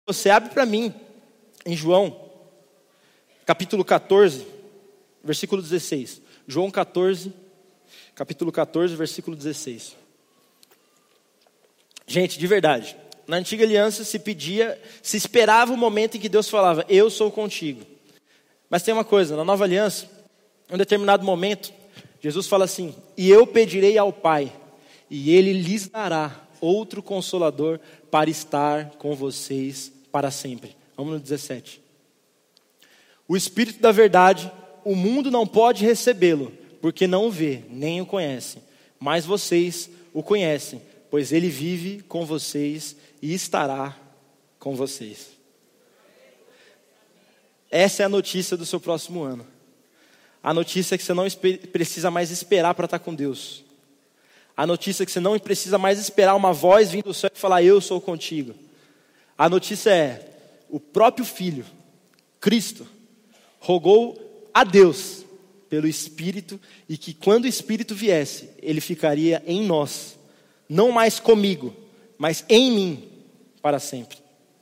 você abre para mim em João, capítulo 14, versículo 16. João 14, capítulo 14, versículo 16. Gente, de verdade, na antiga aliança se esperava o momento em que Deus falava, eu sou contigo. Mas tem uma coisa, na nova aliança, em um determinado momento, Jesus fala assim, e eu pedirei ao Pai, e Ele lhes dará outro Consolador para estar com vocês para sempre. Vamos no 17. O Espírito da verdade, o mundo não pode recebê-lo, porque não o vê, nem o conhece. Mas vocês o conhecem, pois Ele vive com vocês e estará com vocês. Essa é a notícia do seu próximo ano. A notícia é que você não precisa mais esperar para estar com Deus. A notícia é que você não precisa mais esperar uma voz vindo do céu e falar, eu sou contigo. A notícia é, o próprio Filho, Cristo, rogou a Deus pelo Espírito e que quando o Espírito viesse, Ele ficaria em nós. Não mais comigo, mas em mim para sempre.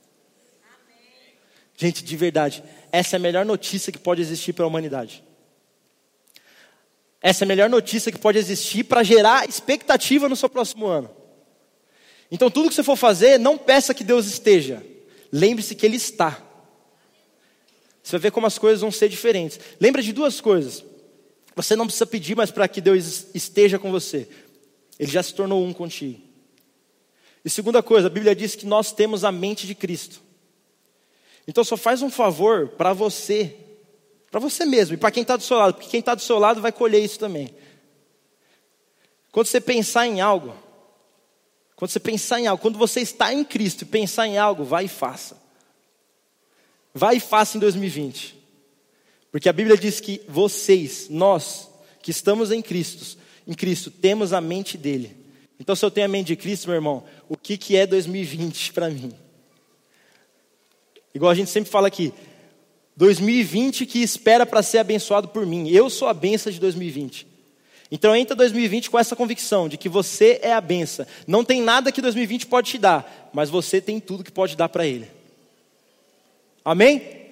Gente, de verdade, essa é a melhor notícia que pode existir para a humanidade. Essa é a melhor notícia que pode existir para gerar expectativa no seu próximo ano. Então tudo que você for fazer, não peça que Deus esteja. Lembre-se que Ele está. Você vai ver como as coisas vão ser diferentes. Lembra de duas coisas. Você não precisa pedir mais para que Deus esteja com você. Ele já se tornou um contigo. E segunda coisa, a Bíblia diz que nós temos a mente de Cristo. Então só faz um favor para você mesmo e para quem está do seu lado, porque quem está do seu lado vai colher isso também. Quando você pensar em algo, quando você está em Cristo e pensar em algo, vai e faça. Vai e faça em 2020. Porque a Bíblia diz que nós que estamos em Cristo, temos a mente dele. Então se eu tenho a mente de Cristo, meu irmão, o que é 2020 para mim? Igual a gente sempre fala aqui, 2020 que espera para ser abençoado por mim. Eu sou a benção de 2020. Então entra 2020 com essa convicção de que você é a benção. Não tem nada que 2020 pode te dar, mas você tem tudo que pode dar para Ele. Amém?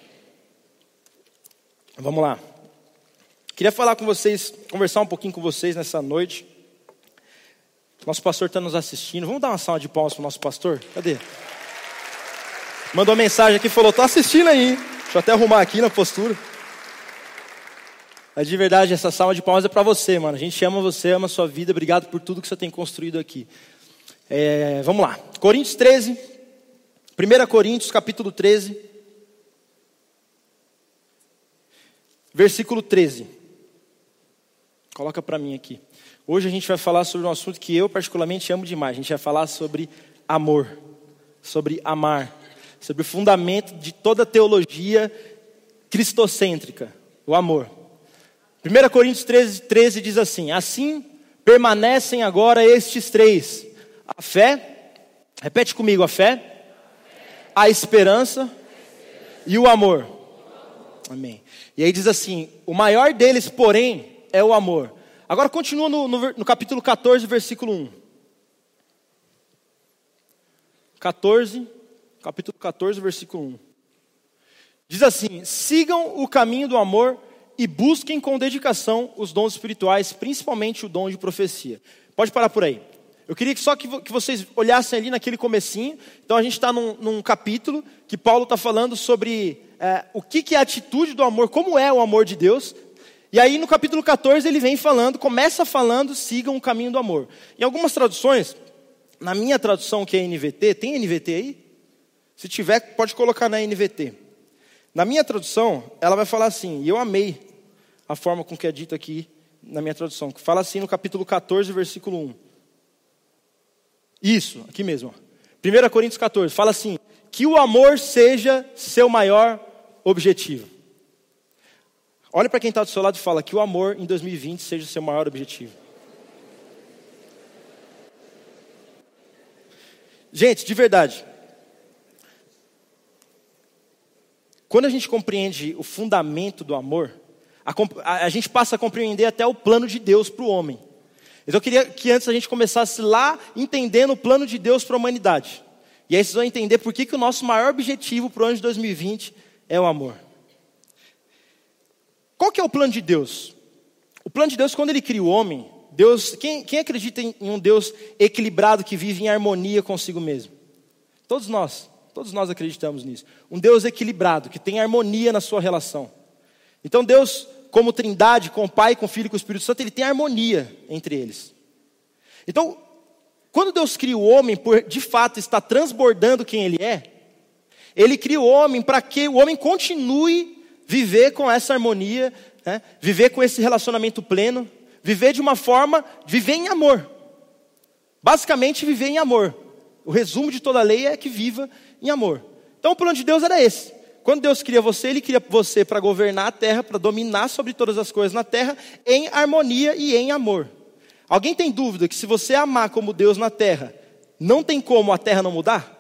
Vamos lá. Queria falar com vocês, conversar um pouquinho com vocês nessa noite. Nosso pastor está nos assistindo. Vamos dar uma salva de palmas para o nosso pastor? Cadê? Mandou uma mensagem aqui e falou, estou assistindo aí, hein? Deixa eu até arrumar aqui na postura. Mas de verdade, essa salva de palmas é para você, mano. A gente ama você, ama a sua vida. Obrigado por tudo que você tem construído aqui. Vamos lá. Coríntios 13. 1 Coríntios, capítulo 13. Versículo 13. Coloca para mim aqui. Hoje a gente vai falar sobre um assunto que eu particularmente amo demais. A gente vai falar sobre amor. Sobre amar. Sobre o fundamento de toda a teologia cristocêntrica, o amor. 1 Coríntios 13 diz assim, assim permanecem agora estes três, a fé, repete comigo, a fé, a esperança e o amor. Amém. E aí diz assim, o maior deles, porém, é o amor. Agora continua no capítulo 14, versículo 1. Capítulo 14, versículo 1. Diz assim, sigam o caminho do amor e busquem com dedicação os dons espirituais, principalmente o dom de profecia. Pode parar por aí. Eu queria só que vocês olhassem ali naquele comecinho. Então a gente está num capítulo que Paulo está falando sobre o que é a atitude do amor, como é o amor de Deus. E aí no capítulo 14 ele começa falando, sigam o caminho do amor. Em algumas traduções, na minha tradução que é NVT, tem NVT aí? Se tiver, pode colocar na NVT. Na minha tradução, ela vai falar assim, e eu amei a forma com que é dito aqui na minha tradução, que fala assim no capítulo 14, versículo 1. Isso, aqui mesmo. 1 Coríntios 14, fala assim, que o amor seja seu maior objetivo. Olha para quem está do seu lado e fala que o amor em 2020 seja o seu maior objetivo. Gente, de verdade, quando a gente compreende o fundamento do amor, a gente passa a compreender até o plano de Deus para o homem. Então eu queria que antes a gente começasse lá entendendo o plano de Deus para a humanidade. E aí vocês vão entender por que o nosso maior objetivo para o ano de 2020 é o amor. Qual que é o plano de Deus? O plano de Deus, quando Ele cria o homem, Deus, quem acredita em um Deus equilibrado que vive em harmonia consigo mesmo? Todos nós acreditamos nisso. Um Deus equilibrado, que tem harmonia na sua relação. Então Deus, como Trindade, com o Pai, com o Filho e com o Espírito Santo, Ele tem harmonia entre eles. Então, quando Deus cria o homem, por de fato estar transbordando quem Ele é, Ele cria o homem para que o homem continue viver com essa harmonia, né? Viver com esse relacionamento pleno, viver de uma forma, viver em amor. Basicamente, viver em amor. O resumo de toda a lei é que viva em amor. Então o plano de Deus era esse. Quando Deus cria você, Ele cria você para governar a terra, para dominar sobre todas as coisas na terra, em harmonia e em amor. Alguém tem dúvida que se você amar como Deus na terra, não tem como a terra não mudar?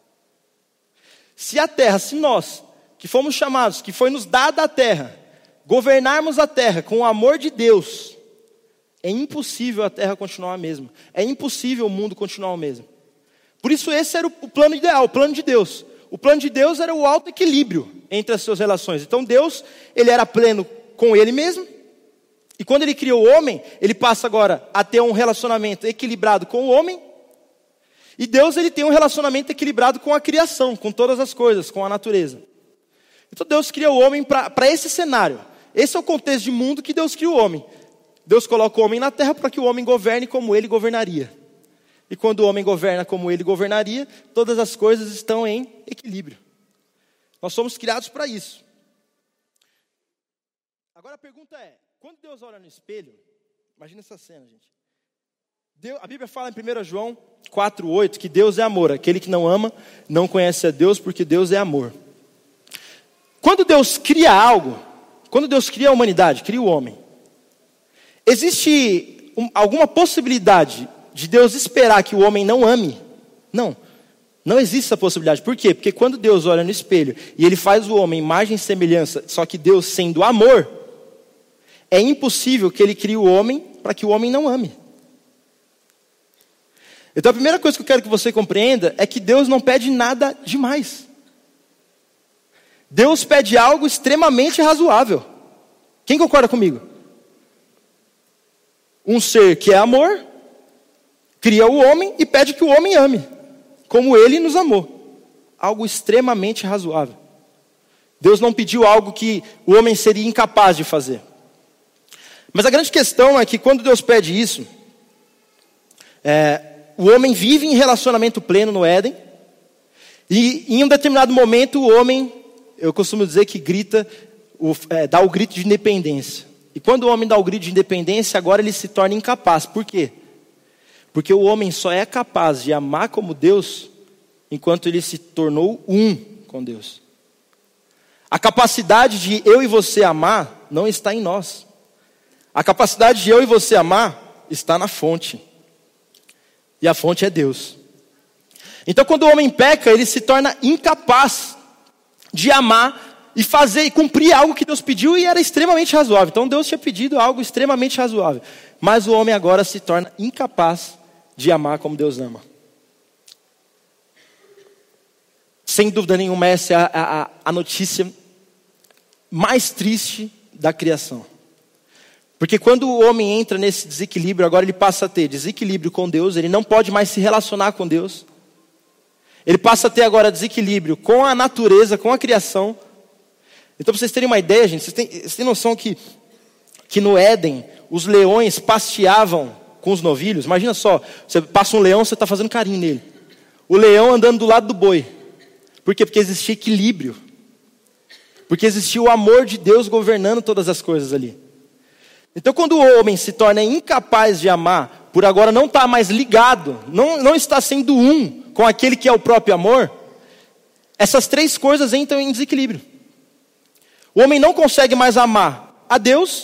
Se a terra, se nós, que fomos chamados, que foi nos dada a terra, governarmos a terra com o amor de Deus, é impossível a terra continuar a mesma. É impossível o mundo continuar o mesmo. Por isso esse era o plano ideal, o plano de Deus. O plano de Deus era o alto equilíbrio entre as suas relações. Então Deus, Ele era pleno com Ele mesmo. E quando Ele criou o homem, Ele passa agora a ter um relacionamento equilibrado com o homem. E Deus, Ele tem um relacionamento equilibrado com a criação, com todas as coisas, com a natureza. Então Deus cria o homem para esse cenário. Esse é o contexto de mundo que Deus cria o homem. Deus coloca o homem na terra para que o homem governe como Ele governaria. E quando o homem governa como Ele governaria, todas as coisas estão em equilíbrio. Nós somos criados para isso. Agora a pergunta é, quando Deus olha no espelho, imagina essa cena, gente. A Bíblia fala em 1 João 4,8 que Deus é amor. Aquele que não ama, não conhece a Deus, porque Deus é amor. Quando Deus cria algo, quando Deus cria a humanidade, cria o homem, existe alguma possibilidade de Deus esperar que o homem não ame? Não existe essa possibilidade. Por quê? Porque quando Deus olha no espelho e Ele faz o homem imagem e semelhança, só que Deus sendo amor, é impossível que Ele crie o homem para que o homem não ame. Então a primeira coisa que eu quero que você compreenda é que Deus não pede nada demais. Deus pede algo extremamente razoável. Quem concorda comigo? Um ser que é amor, cria o homem e pede que o homem ame, como Ele nos amou. Algo extremamente razoável. Deus não pediu algo que o homem seria incapaz de fazer. Mas a grande questão é que quando Deus pede isso, o homem vive em relacionamento pleno no Éden, e em um determinado momento o homem, eu costumo dizer que grita, dá o grito de independência. E quando o homem dá o grito de independência, agora ele se torna incapaz. Por quê? Porque o homem só é capaz de amar como Deus enquanto ele se tornou um com Deus. A capacidade de eu e você amar não está em nós. A capacidade de eu e você amar está na fonte. E a fonte é Deus. Então quando o homem peca, ele se torna incapaz de amar e fazer e cumprir algo que Deus pediu e era extremamente razoável. Então Deus tinha pedido algo extremamente razoável. Mas o homem agora se torna incapaz de amar como Deus ama. Sem dúvida nenhuma, essa é a notícia mais triste da criação. Porque quando o homem entra nesse desequilíbrio, agora ele passa a ter desequilíbrio com Deus, ele não pode mais se relacionar com Deus. Ele passa a ter agora desequilíbrio com a natureza, com a criação. Então, para vocês terem uma ideia, gente, vocês têm noção que no Éden, os leões pasteavam com os novilhos? Imagina só, você passa um leão, você está fazendo carinho nele. O leão andando do lado do boi. Por quê? Porque existia equilíbrio. Porque existia o amor de Deus governando todas as coisas ali. Então, quando o homem se torna incapaz de amar, por agora não estar mais ligado, não está sendo um com aquele que é o próprio amor, essas três coisas entram em desequilíbrio. O homem não consegue mais amar a Deus.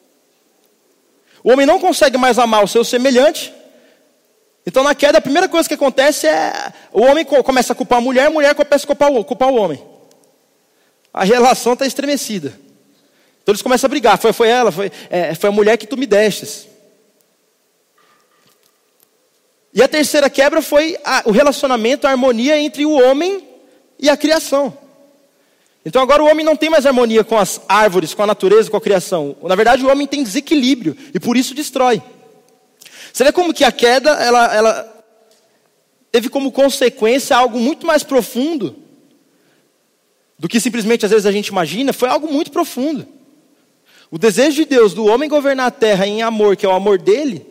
O homem não consegue mais amar o seu semelhante. Então na queda a primeira coisa que acontece é o homem começa a culpar a mulher começa a culpar o homem. A relação está estremecida. Então eles começam a brigar. Foi ela, foi a mulher que tu me destes. E a terceira quebra foi o relacionamento, a harmonia entre o homem e a criação. Então agora o homem não tem mais harmonia com as árvores, com a natureza, com a criação. Na verdade o homem tem desequilíbrio e por isso destrói. Você vê como que a queda, ela teve como consequência algo muito mais profundo do que simplesmente às vezes a gente imagina. Foi algo muito profundo. O desejo de Deus do homem governar a terra em amor, que é o amor dele,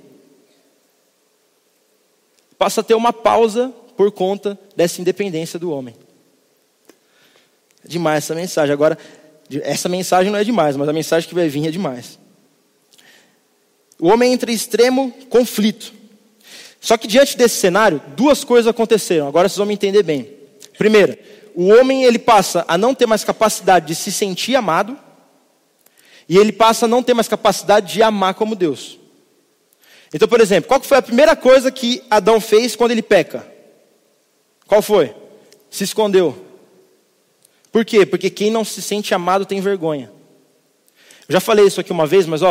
passa a ter uma pausa por conta dessa independência do homem. É demais essa mensagem. Agora, essa mensagem não é demais, mas a mensagem que vai vir é demais. O homem entra em extremo conflito. Só que diante desse cenário, duas coisas aconteceram. Agora vocês vão me entender bem. Primeiro, o homem ele passa a não ter mais capacidade de se sentir amado. E ele passa a não ter mais capacidade de amar como Deus. Então, por exemplo, qual que foi a primeira coisa que Adão fez quando ele peca? Qual foi? Se escondeu. Por quê? Porque quem não se sente amado tem vergonha. Eu já falei isso aqui uma vez, mas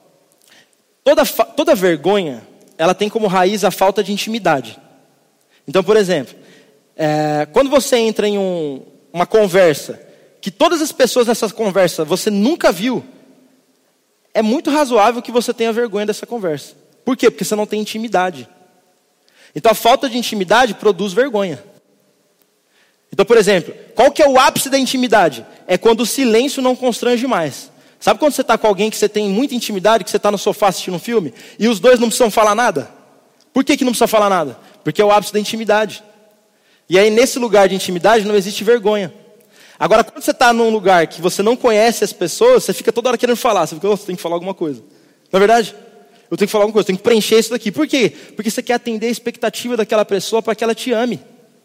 toda vergonha, ela tem como raiz a falta de intimidade. Então, por exemplo, quando você entra em uma conversa, que todas as pessoas nessa conversa você nunca viu, é muito razoável que você tenha vergonha dessa conversa. Por quê? Porque você não tem intimidade. Então a falta de intimidade produz vergonha. Então, por exemplo, qual que é o ápice da intimidade? É quando o silêncio não constrange mais. Sabe quando você está com alguém que você tem muita intimidade, que você está no sofá assistindo um filme, e os dois não precisam falar nada? Por que não precisa falar nada? Porque é o ápice da intimidade. E aí nesse lugar de intimidade não existe vergonha. Agora, quando você está num lugar que você não conhece as pessoas, você fica toda hora querendo falar. Você fica, você tem que falar alguma coisa. Não é verdade? Eu tenho que falar alguma coisa, eu tenho que preencher isso daqui. Por quê? Porque você quer atender a expectativa daquela pessoa para que ela te ame.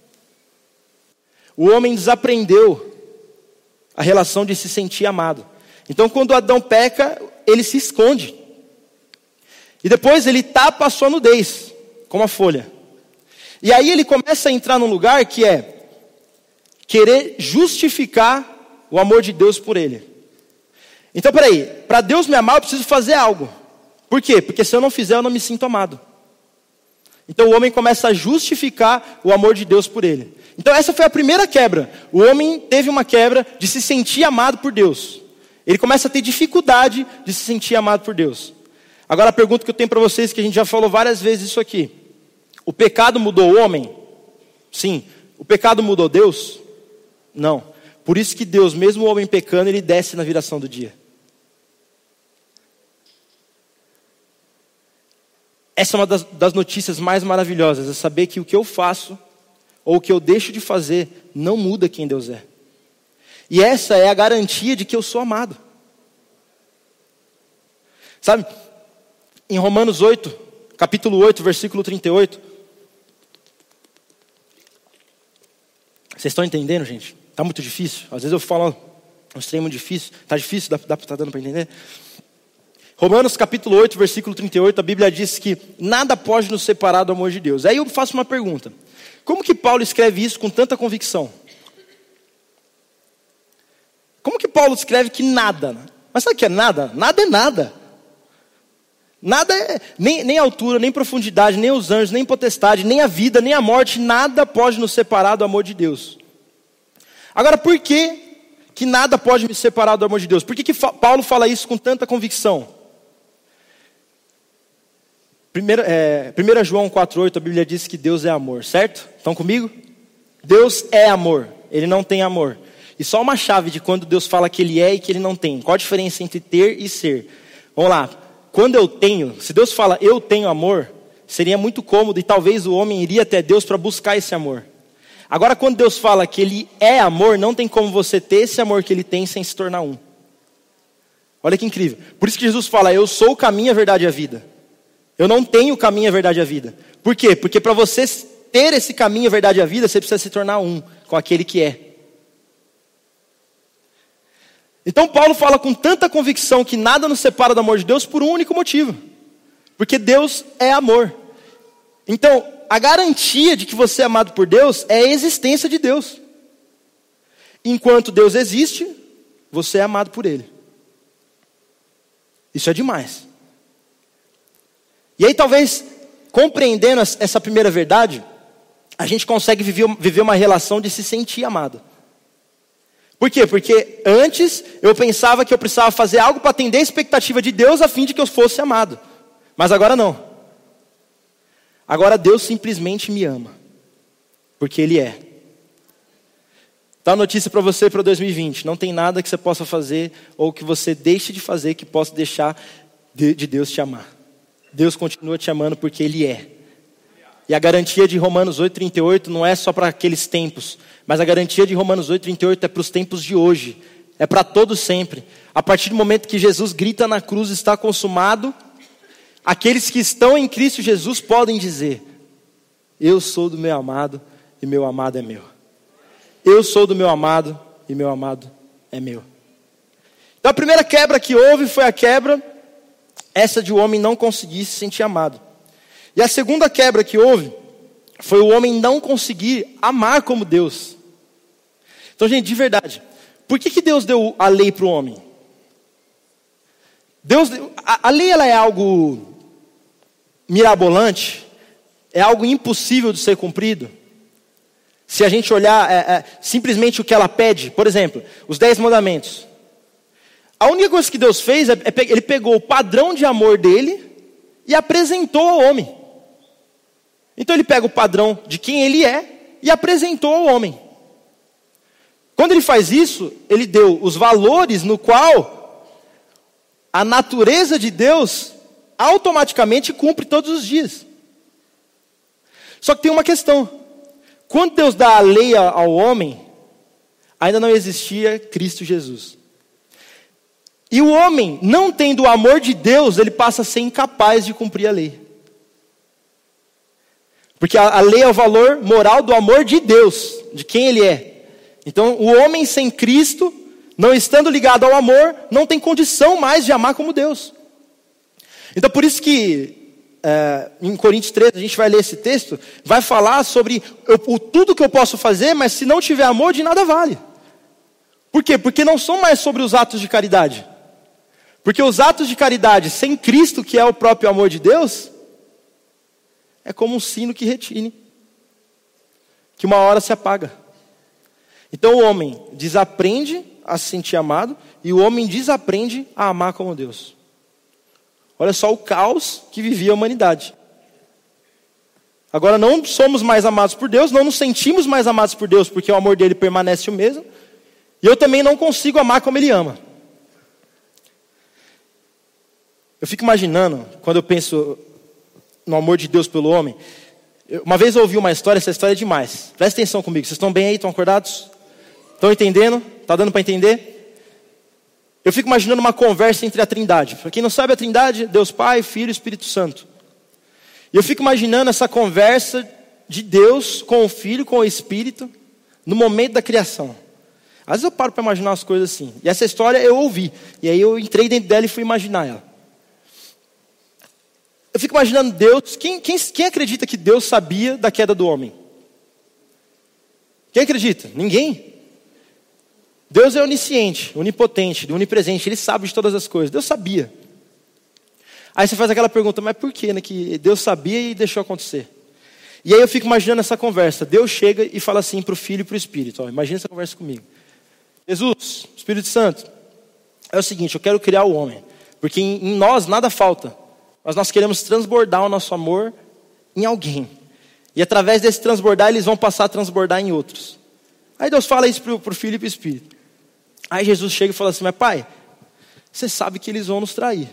O homem desaprendeu a relação de se sentir amado. Então, quando Adão peca, ele se esconde. E depois ele tapa a sua nudez, com uma folha. E aí ele começa a entrar num lugar que é querer justificar o amor de Deus por ele. Então, peraí, para Deus me amar eu preciso fazer algo. Por quê? Porque se eu não fizer eu não me sinto amado. Então o homem começa a justificar o amor de Deus por ele. Então essa foi a primeira quebra. O homem teve uma quebra de se sentir amado por Deus. Ele começa a ter dificuldade de se sentir amado por Deus. Agora a pergunta que eu tenho para vocês, que a gente já falou várias vezes isso aqui. O pecado mudou o homem? Sim. O pecado mudou Deus? Não. Por isso que Deus, mesmo o homem pecando, ele desce na viração do dia. Essa é uma das notícias mais maravilhosas, é saber que o que eu faço, ou o que eu deixo de fazer, não muda quem Deus é. E essa é a garantia de que eu sou amado. Sabe, em Romanos 8, capítulo 8, versículo 38. Vocês estão entendendo, gente? Está muito difícil? Às vezes eu falo um extremo difícil. Está difícil? Tá dando para entender? Romanos capítulo 8, versículo 38, a Bíblia diz que nada pode nos separar do amor de Deus. Aí eu faço uma pergunta. Como que Paulo escreve isso com tanta convicção? Como que Paulo escreve que nada? Mas sabe o que é nada? Nada é nada. Nada é, nem altura, nem profundidade, nem os anjos, nem potestade, nem a vida, nem a morte, nada pode nos separar do amor de Deus. Agora, por que nada pode me separar do amor de Deus? Por que Paulo fala isso com tanta convicção? 1 João 4,8, a Bíblia diz que Deus é amor, certo? Estão comigo? Deus é amor, Ele não tem amor. E só uma chave de quando Deus fala que Ele é e que Ele não tem. Qual a diferença entre ter e ser? Vamos lá. Quando eu tenho, se Deus fala eu tenho amor, seria muito cômodo e talvez o homem iria até Deus para buscar esse amor. Agora quando Deus fala que Ele é amor, não tem como você ter esse amor que Ele tem sem se tornar um. Olha que incrível. Por isso que Jesus fala, eu sou o caminho, a verdade e a vida. Eu não tenho o caminho, a verdade e a vida. Por quê? Porque para você ter esse caminho, a verdade e a vida, você precisa se tornar um com aquele que é. Então Paulo fala com tanta convicção que nada nos separa do amor de Deus por um único motivo. Porque Deus é amor. Então, a garantia de que você é amado por Deus é a existência de Deus. Enquanto Deus existe, você é amado por Ele. Isso é demais. E aí talvez compreendendo essa primeira verdade, a gente consegue viver uma relação de se sentir amado. Por quê? Porque antes eu pensava que eu precisava fazer algo para atender a expectativa de Deus a fim de que eu fosse amado. Mas agora não. Agora Deus simplesmente me ama. Porque Ele é. Dá notícia para você para 2020. Não tem nada que você possa fazer ou que você deixe de fazer que possa deixar de Deus te amar. Deus continua te amando porque Ele é. E a garantia de Romanos 8,38 não é só para aqueles tempos. Mas a garantia de Romanos 8,38 é para os tempos de hoje. É para todos sempre. A partir do momento que Jesus grita na cruz, está consumado, aqueles que estão em Cristo Jesus podem dizer: eu sou do meu amado e meu amado é meu. Eu sou do meu amado e meu amado é meu. Então a primeira quebra que houve foi a quebra, essa de o homem não conseguir se sentir amado. E a segunda quebra que houve foi o homem não conseguir amar como Deus. Então, gente, de verdade, por que Deus deu a lei para o homem? A lei ela é algo mirabolante, é algo impossível de ser cumprido. Se a gente olhar simplesmente o que ela pede, por exemplo, os 10 mandamentos. A única coisa que Deus fez ele pegou o padrão de amor dele e apresentou ao homem. Então ele pega o padrão de quem ele é e apresentou ao homem. Quando ele faz isso, ele deu os valores no qual a natureza de Deus automaticamente cumpre todos os dias. Só que tem uma questão. Quando Deus dá a lei ao homem, ainda não existia Cristo Jesus. E o homem, não tendo o amor de Deus, ele passa a ser incapaz de cumprir a lei. Porque a lei é o valor moral do amor de Deus, de quem Ele é. Então, o homem sem Cristo, não estando ligado ao amor, não tem condição mais de amar como Deus. Então, por isso que, em Coríntios 13, a gente vai ler esse texto, vai falar sobre tudo que eu posso fazer, mas se não tiver amor, de nada vale. Por quê? Porque não são mais sobre os atos de caridade. Porque os atos de caridade sem Cristo, que é o próprio amor de Deus, é como um sino que retine, que uma hora se apaga. Então o homem desaprende a se sentir amado e o homem desaprende a amar como Deus. Olha só o caos que vivia a humanidade. Agora não somos mais amados por Deus, não nos sentimos mais amados por Deus, porque o amor dele permanece o mesmo. E eu também não consigo amar como ele ama. Eu fico imaginando, quando eu penso no amor de Deus pelo homem. Uma vez eu ouvi uma história, essa história é demais. Presta atenção comigo, vocês estão bem aí? Estão acordados? Estão entendendo? Está dando para entender? Eu fico imaginando uma conversa entre a Trindade. Para quem não sabe, a Trindade, Deus Pai, Filho e Espírito Santo. E eu fico imaginando essa conversa de Deus com o Filho, com o Espírito, no momento da criação. Às vezes eu paro para imaginar as coisas assim. E essa história eu ouvi. E aí eu entrei dentro dela e fui imaginar ela. Eu fico imaginando Deus, quem acredita que Deus sabia da queda do homem? Quem acredita? Ninguém. Deus é onisciente, onipotente, onipresente, Ele sabe de todas as coisas. Deus sabia. Aí você faz aquela pergunta, mas por que, né, que Deus sabia e deixou acontecer? E aí eu fico imaginando essa conversa. Deus chega e fala assim para o Filho e para o Espírito. Ó, imagina essa conversa comigo. Jesus, Espírito Santo, é o seguinte, eu quero criar o homem. Porque em nós nada falta. Mas nós queremos transbordar o nosso amor em alguém. E através desse transbordar, eles vão passar a transbordar em outros. Aí Deus fala isso para o Filho e para o Espírito. Aí Jesus chega e fala assim, mas pai, você sabe que eles vão nos trair.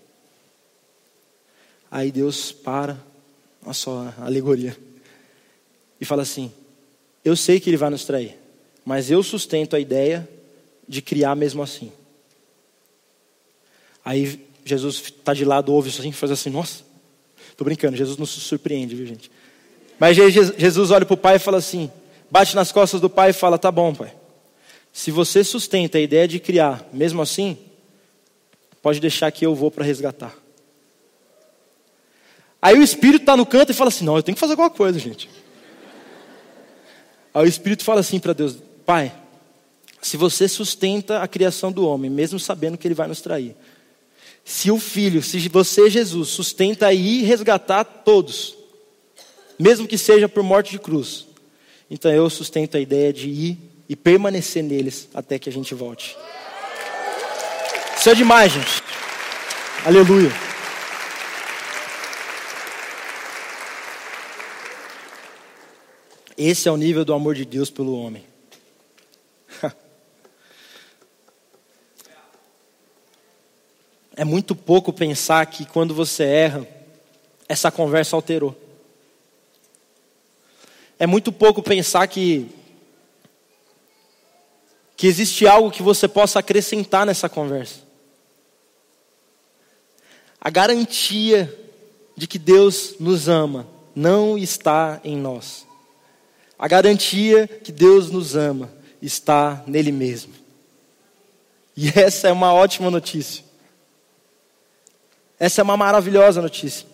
Aí Deus para, olha só a alegoria. E fala assim, eu sei que ele vai nos trair, mas eu sustento a ideia de criar mesmo assim. Aí Jesus está de lado, ouve isso assim, faz assim, nossa, estou brincando, Jesus não se surpreende, viu gente? Mas Jesus olha para o pai e fala assim, bate nas costas do pai e fala, tá bom pai, se você sustenta a ideia de criar, mesmo assim, pode deixar que eu vou para resgatar. Aí o Espírito está no canto e fala assim, não, eu tenho que fazer alguma coisa, gente. Aí o Espírito fala assim para Deus, pai, se você sustenta a criação do homem, mesmo sabendo que ele vai nos trair, se o Filho, se você, Jesus, sustenta aí resgatar todos, mesmo que seja por morte de cruz. Então eu sustento a ideia de ir e permanecer neles até que a gente volte. Isso é demais, gente. Aleluia. Esse é o nível do amor de Deus pelo homem. É muito pouco pensar que quando você erra, essa conversa alterou. É muito pouco pensar que existe algo que você possa acrescentar nessa conversa. A garantia de que Deus nos ama não está em nós. A garantia que Deus nos ama está nele mesmo. E essa é uma ótima notícia. Essa é uma maravilhosa notícia.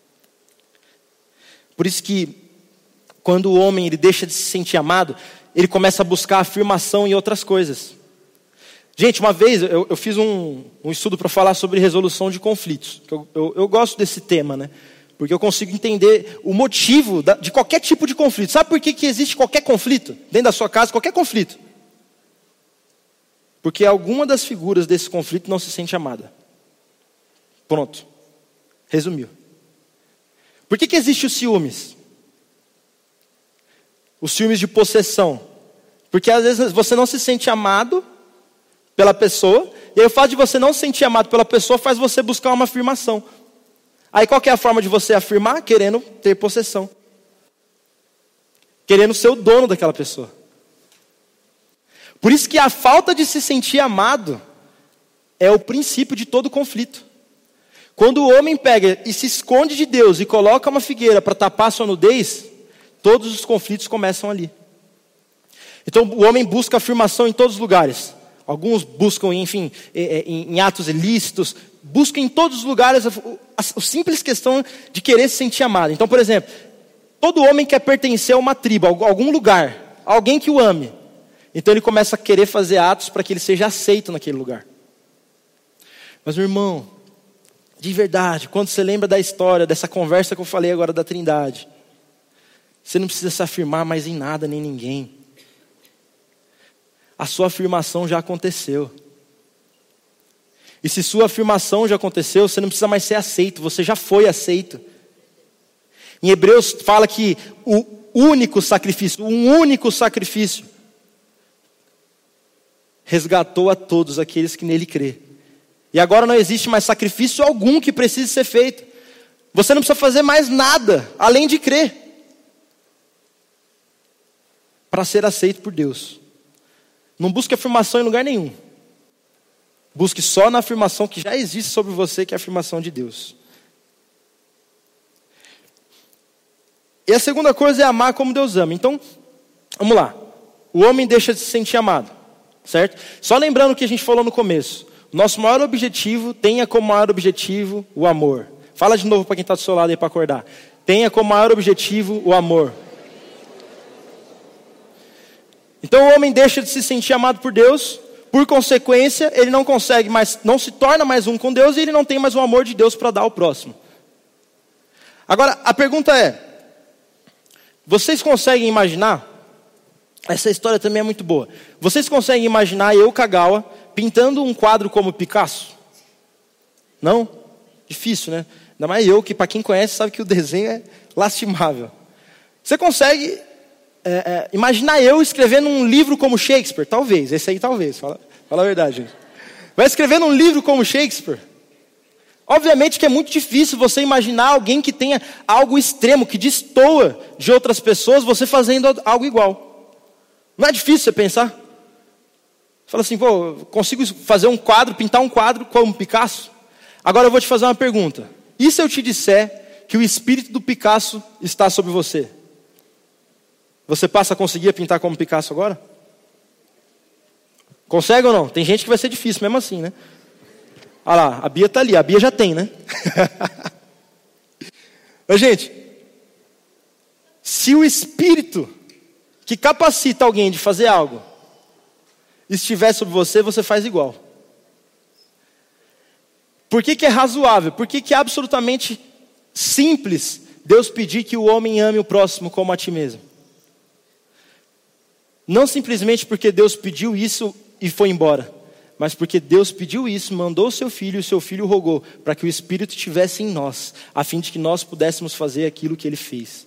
Por isso que quando o homem ele deixa de se sentir amado, ele começa a buscar afirmação em outras coisas. Gente, uma vez eu fiz um estudo para falar sobre resolução de conflitos. Eu gosto desse tema, né? Porque eu consigo entender o motivo de qualquer tipo de conflito. Sabe por que existe qualquer conflito? Dentro da sua casa, qualquer conflito. Porque alguma das figuras desse conflito não se sente amada. Pronto. Resumiu. Por que existe os ciúmes? Os ciúmes de possessão. Porque às vezes você não se sente amado pela pessoa, e aí o fato de você não se sentir amado pela pessoa faz você buscar uma afirmação. Aí qual que é a forma de você afirmar? Querendo ter possessão. Querendo ser o dono daquela pessoa. Por isso que a falta de se sentir amado é o princípio de todo conflito. Quando o homem pega e se esconde de Deus e coloca uma figueira para tapar a sua nudez, todos os conflitos começam ali. Então o homem busca afirmação em todos os lugares. Alguns buscam, enfim, em atos ilícitos, buscam em todos os lugares a simples questão de querer se sentir amado. Então, por exemplo, todo homem quer pertencer a uma tribo, a algum lugar, a alguém que o ame. Então ele começa a querer fazer atos para que ele seja aceito naquele lugar. Mas, meu irmão, de verdade, quando você lembra da história, dessa conversa que eu falei agora da Trindade, você não precisa se afirmar mais em nada nem ninguém. A sua afirmação já aconteceu. E se sua afirmação já aconteceu, você não precisa mais ser aceito, você já foi aceito. Em Hebreus fala que um único sacrifício resgatou a todos aqueles que nele crê. E agora não existe mais sacrifício algum que precise ser feito. Você não precisa fazer mais nada, além de crer, para ser aceito por Deus. Não busque afirmação em lugar nenhum. Busque só na afirmação que já existe sobre você, que é a afirmação de Deus. E a segunda coisa é amar como Deus ama. Então, vamos lá. O homem deixa de se sentir amado, certo? Só lembrando o que a gente falou no começo. Nosso maior objetivo, tenha como maior objetivo o amor. Fala de novo para quem está do seu lado aí para acordar. Tenha como maior objetivo o amor. Então o homem deixa de se sentir amado por Deus, por consequência, ele não consegue mais, não se torna mais um com Deus e ele não tem mais o amor de Deus para dar ao próximo. Agora, a pergunta é, vocês conseguem imaginar, essa história também é muito boa, vocês conseguem imaginar eu, Kagawa, pintando um quadro como Picasso? Não? Difícil, né? Ainda mais eu, que para quem conhece sabe que o desenho é lastimável. Você consegue imaginar eu escrevendo um livro como Shakespeare? Talvez, esse aí talvez, fala a verdade, gente. Vai escrevendo um livro como Shakespeare? Obviamente que é muito difícil você imaginar alguém que tenha algo extremo, que destoa de outras pessoas, você fazendo algo igual. Não é difícil você pensar? Fala assim, pô, consigo fazer um quadro, pintar um quadro como Picasso? Agora eu vou te fazer uma pergunta. E se eu te disser que o espírito do Picasso está sobre você? Você passa a conseguir pintar como Picasso agora? Consegue ou não? Tem gente que vai ser difícil mesmo assim, né? Olha lá, a Bia está ali, a Bia já tem, né? Mas, gente, se o espírito que capacita alguém de fazer algo estiver sobre você, você faz igual. Por que é razoável? Por que é absolutamente simples Deus pedir que o homem ame o próximo como a ti mesmo? Não simplesmente porque Deus pediu isso e foi embora, mas porque Deus pediu isso, mandou o seu filho e o seu filho rogou para que o Espírito estivesse em nós, a fim de que nós pudéssemos fazer aquilo que ele fez.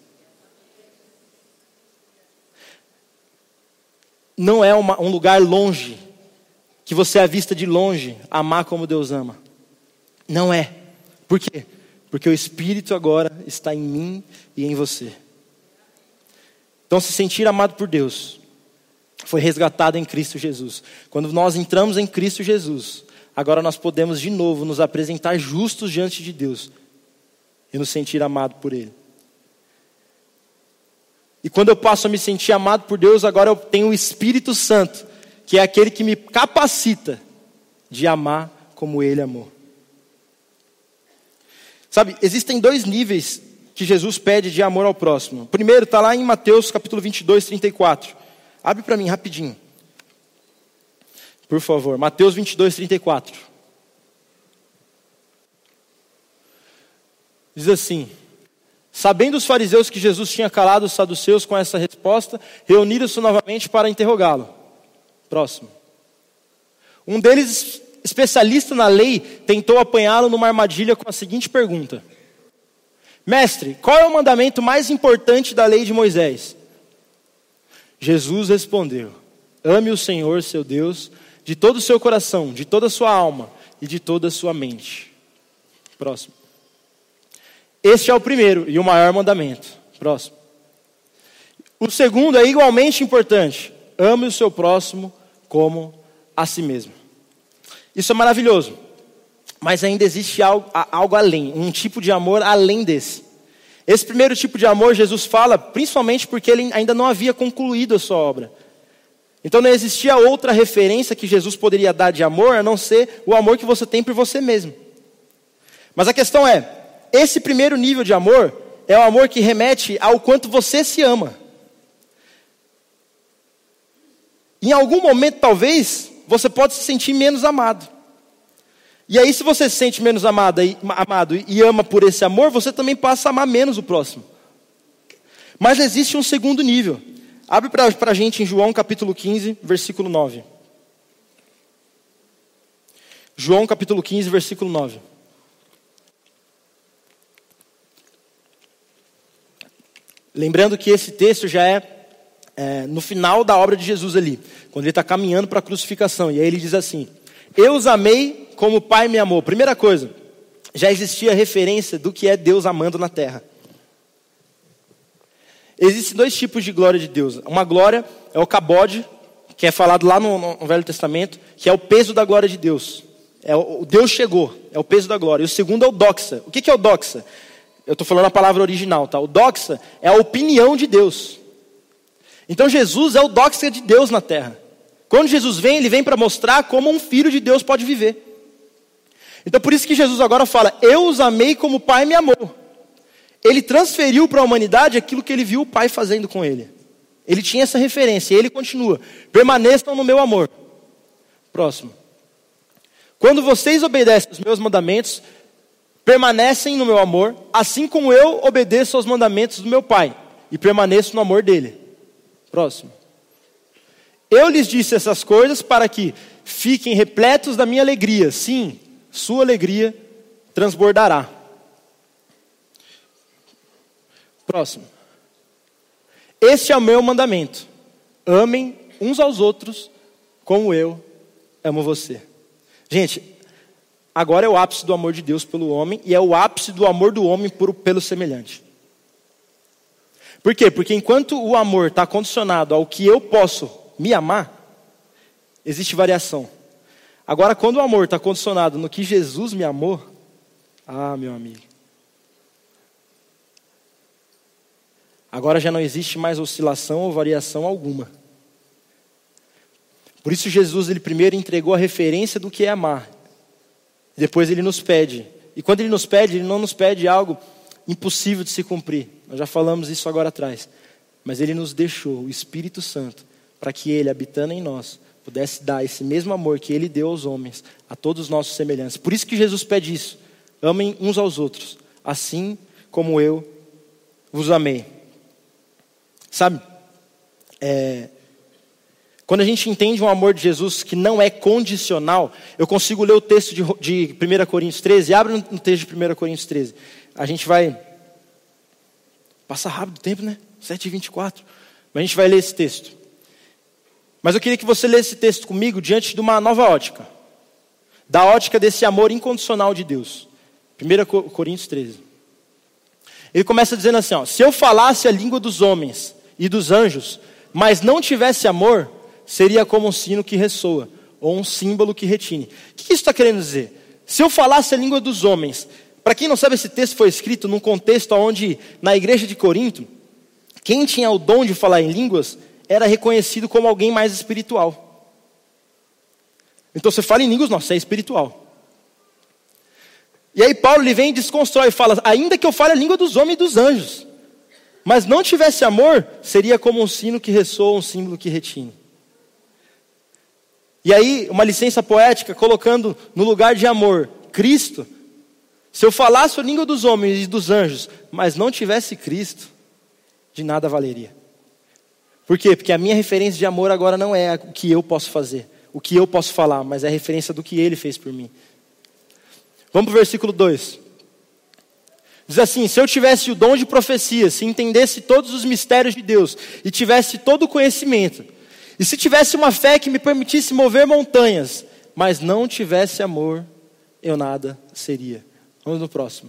Não é um lugar longe, que você avista de longe, amar como Deus ama. Não é. Por quê? Porque o Espírito agora está em mim e em você. Então, se sentir amado por Deus foi resgatado em Cristo Jesus. Quando nós entramos em Cristo Jesus, agora nós podemos de novo nos apresentar justos diante de Deus e nos sentir amado por Ele. E quando eu passo a me sentir amado por Deus, agora eu tenho o Espírito Santo, que é aquele que me capacita de amar como Ele amou. Sabe, existem 2 níveis que Jesus pede de amor ao próximo. O primeiro está lá em Mateus capítulo 22, 34. Abre para mim rapidinho. Por favor, Mateus 22, 34. Diz assim: sabendo os fariseus que Jesus tinha calado os saduceus com essa resposta, reuniram-se novamente para interrogá-lo. Próximo. Um deles, especialista na lei, tentou apanhá-lo numa armadilha com a seguinte pergunta: mestre, qual é o mandamento mais importante da lei de Moisés? Jesus respondeu: ame o Senhor, seu Deus, de todo o seu coração, de toda a sua alma e de toda a sua mente. Próximo. Este é o primeiro e o maior mandamento. Próximo. O segundo é igualmente importante: ame o seu próximo como a si mesmo. Isso é maravilhoso, mas ainda existe algo além, um tipo de amor além desse. Esse primeiro tipo de amor Jesus fala principalmente porque ele ainda não havia concluído a sua obra. Então não existia outra referência que Jesus poderia dar de amor a não ser o amor que você tem por você mesmo. Mas a questão é, esse primeiro nível de amor é o amor que remete ao quanto você se ama. Em algum momento, talvez, você pode se sentir menos amado. E aí, se você se sente menos amado e ama por esse amor, você também passa a amar menos o próximo. Mas existe um segundo nível. Abre para a gente em João capítulo 15, versículo 9. João capítulo 15, versículo 9. Lembrando que esse texto já é no final da obra de Jesus ali, quando ele está caminhando para a crucificação. E aí ele diz assim: eu os amei como o Pai me amou. Primeira coisa, já existia referência do que é Deus amando na terra. Existem 2 tipos de glória de Deus. Uma glória é o kabod, que é falado lá no Velho Testamento, que é o peso da glória de Deus. O Deus chegou, é o peso da glória. E o segundo é o doxa. O que é o doxa? Eu estou falando a palavra original, tá? O doxa é a opinião de Deus. Então Jesus é o doxa de Deus na terra. Quando Jesus vem, ele vem para mostrar como um filho de Deus pode viver. Então por isso que Jesus agora fala: eu os amei como o Pai me amou. Ele transferiu para a humanidade aquilo que ele viu o Pai fazendo com ele. Ele tinha essa referência, e ele continua: permaneçam no meu amor. Próximo. Quando vocês obedecem os meus mandamentos, permanecem no meu amor, assim como eu obedeço aos mandamentos do meu Pai, e permaneço no amor dele. Próximo. Eu lhes disse essas coisas para que fiquem repletos da minha alegria. Sim, sua alegria transbordará. Próximo. Este é o meu mandamento: amem uns aos outros como eu amo você. Gente, agora é o ápice do amor de Deus pelo homem, e é o ápice do amor do homem pelo semelhante. Por quê? Porque enquanto o amor está condicionado ao que eu posso me amar, existe variação. Agora, quando o amor está condicionado no que Jesus me amou, meu amigo, agora já não existe mais oscilação ou variação alguma. Por isso Jesus, ele primeiro entregou a referência do que é amar. Depois ele nos pede. E quando ele nos pede, ele não nos pede algo impossível de se cumprir. Nós já falamos isso agora atrás. Mas ele nos deixou o Espírito Santo para que ele, habitando em nós, pudesse dar esse mesmo amor que ele deu aos homens, a todos os nossos semelhantes. Por isso que Jesus pede isso: amem uns aos outros, assim como eu vos amei. Sabe? Quando a gente entende um amor de Jesus que não é condicional, eu consigo ler o texto de 1 Coríntios 13. Abre no texto de 1 Coríntios 13. A gente vai... Passa rápido o tempo, né? 7h24. Mas a gente vai ler esse texto. Mas eu queria que você lesse esse texto comigo diante de uma nova ótica. Da ótica desse amor incondicional de Deus. 1 Coríntios 13. Ele começa dizendo assim, ó: se eu falasse a língua dos homens e dos anjos, mas não tivesse amor, seria como um sino que ressoa, ou um símbolo que retine. O que isso está querendo dizer? Se eu falasse a língua dos homens, para quem não sabe, esse texto foi escrito num contexto onde, na igreja de Corinto, quem tinha o dom de falar em línguas era reconhecido como alguém mais espiritual. Então você fala em línguas, nossa, você é espiritual. E aí Paulo ele vem e desconstrói e fala: ainda que eu fale a língua dos homens e dos anjos, mas não tivesse amor, seria como um sino que ressoa, um símbolo que retine. E aí, uma licença poética, colocando no lugar de amor Cristo. Se eu falasse a língua dos homens e dos anjos, mas não tivesse Cristo, de nada valeria. Por quê? Porque a minha referência de amor agora não é o que eu posso fazer, o que eu posso falar, mas é a referência do que Ele fez por mim. Vamos para o versículo 2. Diz assim: se eu tivesse o dom de profecia, se entendesse todos os mistérios de Deus, e tivesse todo o conhecimento, e se tivesse uma fé que me permitisse mover montanhas, mas não tivesse amor, eu nada seria. Vamos no próximo.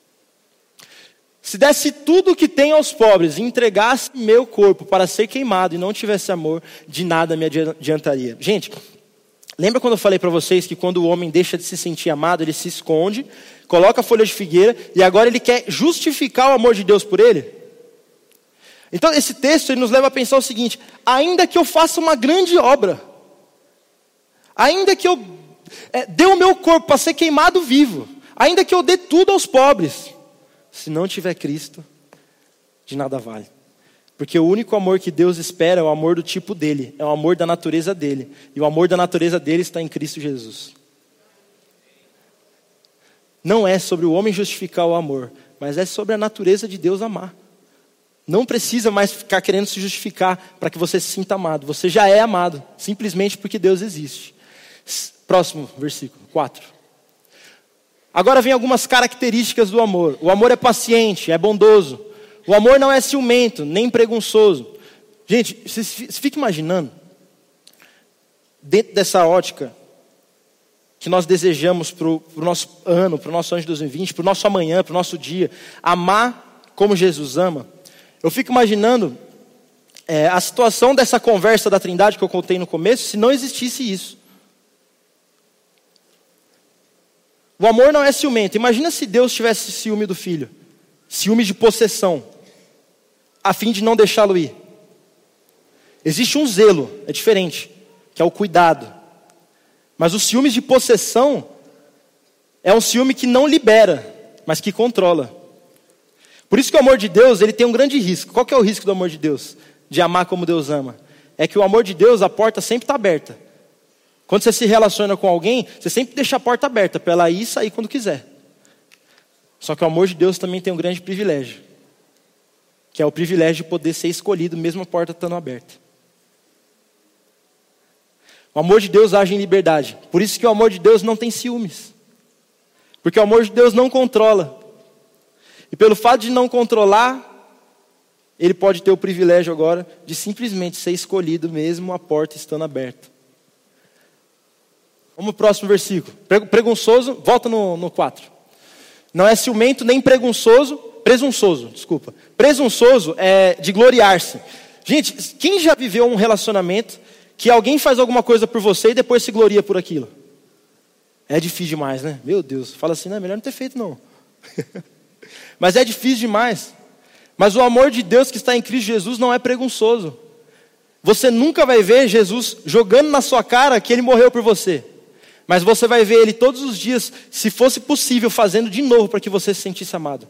Se desse tudo o que tenho aos pobres, e entregasse meu corpo para ser queimado, e não tivesse amor, de nada me adiantaria. Gente, lembra quando eu falei para vocês que quando o homem deixa de se sentir amado, ele se esconde, coloca a folha de figueira, e agora ele quer justificar o amor de Deus por ele? Então esse texto ele nos leva a pensar o seguinte: ainda que eu faça uma grande obra, ainda que eu dê o meu corpo para ser queimado vivo, ainda que eu dê tudo aos pobres, se não tiver Cristo, de nada vale. Porque o único amor que Deus espera é o amor do tipo dele, é o amor da natureza dele. E o amor da natureza dele está em Cristo Jesus. Não é sobre o homem justificar o amor, mas é sobre a natureza de Deus amar. Não precisa mais ficar querendo se justificar para que você se sinta amado. Você já é amado, simplesmente porque Deus existe. Próximo versículo, 4. Agora vem algumas características do amor. O amor é paciente, é bondoso. O amor não é ciumento, nem presunçoso. Gente, você fica imaginando, dentro dessa ótica, que nós desejamos para o nosso ano, para o nosso ano de 2020, para o nosso amanhã, para o nosso dia, amar como Jesus ama. Eu fico imaginando a situação dessa conversa da Trindade que eu contei no começo, se não existisse isso. O amor não é ciumento. Imagina se Deus tivesse ciúme do filho. Ciúme de possessão. A fim de não deixá-lo ir. Existe um zelo, é diferente, que é o cuidado. Mas os ciúmes de possessão é um ciúme que não libera, mas que controla. Por isso que o amor de Deus, ele tem um grande risco. Qual que é o risco do amor de Deus? De amar como Deus ama. É que o amor de Deus, a porta sempre está aberta. Quando você se relaciona com alguém, você sempre deixa a porta aberta para ela ir e sair quando quiser. Só que o amor de Deus também tem um grande privilégio, que é o privilégio de poder ser escolhido mesmo a porta estando aberta. O amor de Deus age em liberdade. Por isso que o amor de Deus não tem ciúmes. Porque o amor de Deus não controla. E pelo fato de não controlar, ele pode ter o privilégio agora de simplesmente ser escolhido mesmo a porta estando aberta. Vamos para o próximo versículo. Presunçoso, volta no 4. Não é ciumento nem presunçoso. Presunçoso é de gloriar-se. Gente, quem já viveu um relacionamento que alguém faz alguma coisa por você e depois se gloria por aquilo? É difícil demais, né? Meu Deus, fala assim, não, é melhor não ter feito não. Mas é difícil demais. Mas o amor de Deus que está em Cristo Jesus não é presunçoso. Você nunca vai ver Jesus jogando na sua cara que Ele morreu por você. Mas você vai ver Ele todos os dias, se fosse possível, fazendo de novo para que você se sentisse amado.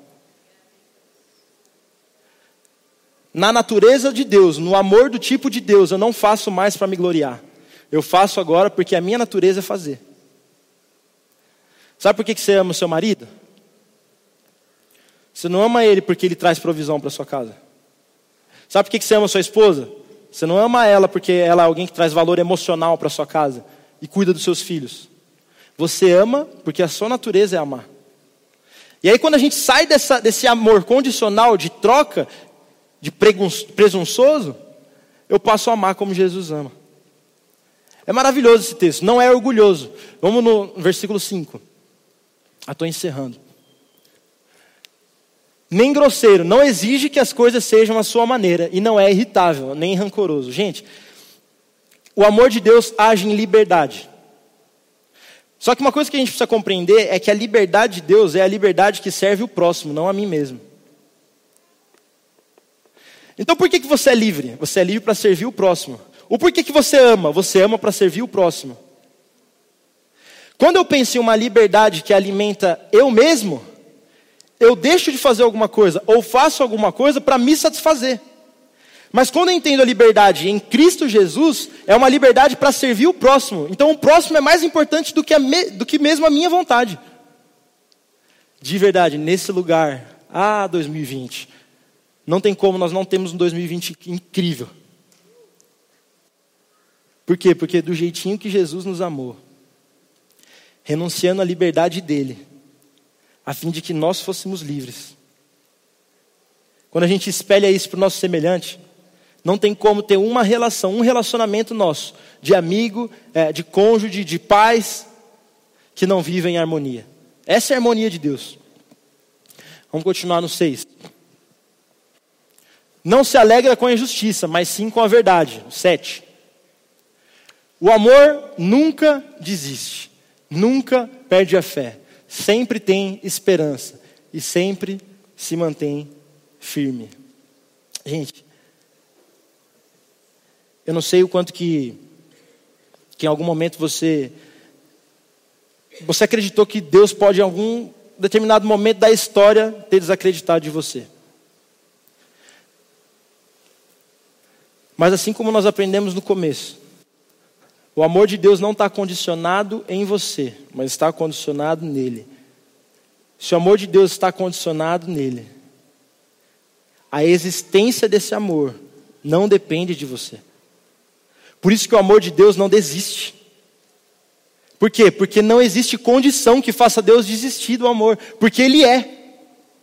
Na natureza de Deus, no amor do tipo de Deus, eu não faço mais para me gloriar. Eu faço agora porque a minha natureza é fazer. Sabe por que você ama o seu marido? Você não ama ele porque ele traz provisão para sua casa. Sabe por que você ama sua esposa? Você não ama ela porque ela é alguém que traz valor emocional para sua casa e cuida dos seus filhos. Você ama porque a sua natureza é amar. E aí quando a gente sai desse amor condicional, de troca, de presunçoso, eu passo a amar como Jesus ama. É maravilhoso esse texto, não é orgulhoso. Vamos no versículo 5. Estou encerrando. Nem grosseiro, não exige que as coisas sejam à sua maneira, e não é irritável, nem rancoroso. Gente, o amor de Deus age em liberdade. Só que uma coisa que a gente precisa compreender é que a liberdade de Deus é a liberdade que serve o próximo, não a mim mesmo. Então por que você é livre? Você é livre para servir o próximo. O porquê que você ama? Você ama para servir o próximo. Quando eu penso em uma liberdade que alimenta eu mesmo, eu deixo de fazer alguma coisa ou faço alguma coisa para me satisfazer. Mas quando eu entendo a liberdade em Cristo Jesus, é uma liberdade para servir o próximo. Então o próximo é mais importante do que mesmo a minha vontade. De verdade, nesse lugar, 2020, não tem como nós não temos um 2020 incrível. Por quê? Porque do jeitinho que Jesus nos amou, renunciando à liberdade dele, a fim de que nós fôssemos livres. Quando a gente espelha isso para o nosso semelhante, não tem como ter uma relação, um relacionamento nosso, de amigo, de cônjuge, de pais, que não vivem em harmonia. Essa é a harmonia de Deus. Vamos continuar no 6. Não se alegra com a injustiça, mas sim com a verdade. 7. O amor nunca desiste, nunca perde a fé, sempre tem esperança e sempre se mantém firme. Gente, eu não sei o quanto que em algum momento você acreditou que Deus pode em algum determinado momento da história ter desacreditado de você. Mas assim como nós aprendemos no começo, o amor de Deus não está condicionado em você, mas está condicionado nele. Se o amor de Deus está condicionado nele, a existência desse amor não depende de você. Por isso que o amor de Deus não desiste. Por quê? Porque não existe condição que faça Deus desistir do amor, porque Ele é.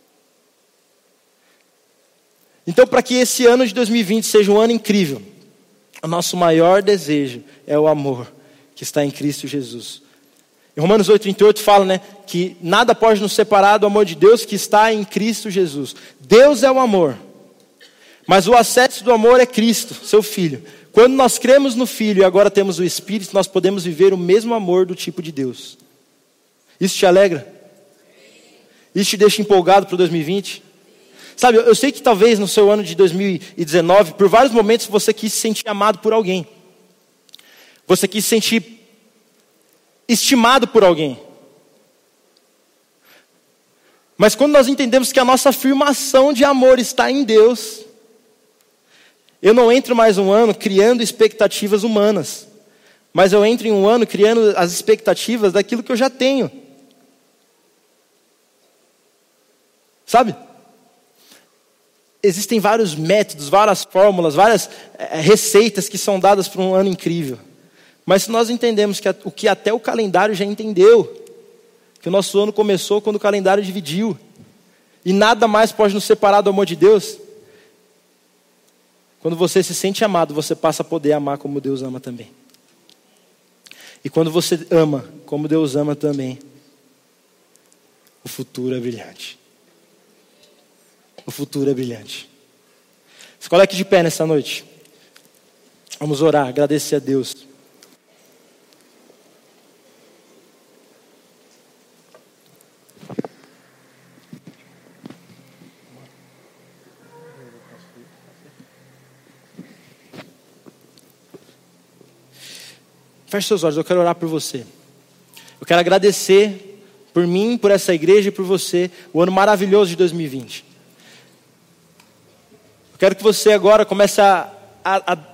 Então, para que esse ano de 2020 seja um ano incrível, o nosso maior desejo é o amor que está em Cristo Jesus. Em Romanos 8,38 fala, que nada pode nos separar do amor de Deus que está em Cristo Jesus. Deus é o amor, mas o acesso do amor é Cristo, seu Filho. Quando nós cremos no Filho e agora temos o Espírito, nós podemos viver o mesmo amor do tipo de Deus. Isso te alegra? Isso te deixa empolgado para o 2020? Sabe, eu sei que talvez no seu ano de 2019, por vários momentos você quis se sentir amado por alguém. Você quis se sentir estimado por alguém. Mas quando nós entendemos que a nossa afirmação de amor está em Deus, eu não entro mais um ano criando expectativas humanas, mas eu entro em um ano criando as expectativas daquilo que eu já tenho. Sabe? Existem vários métodos, várias fórmulas, várias receitas que são dadas para um ano incrível. Mas se nós entendemos o que até o calendário já entendeu, que o nosso ano começou quando o calendário dividiu, e nada mais pode nos separar do amor de Deus, quando você se sente amado, você passa a poder amar como Deus ama também. E quando você ama como Deus ama também, o futuro é brilhante. O futuro é brilhante. Se coloque de pé nessa noite. Vamos orar, agradecer a Deus. Feche seus olhos, eu quero orar por você. Eu quero agradecer por mim, por essa igreja e por você, o ano maravilhoso de 2020. Eu quero que você agora comece a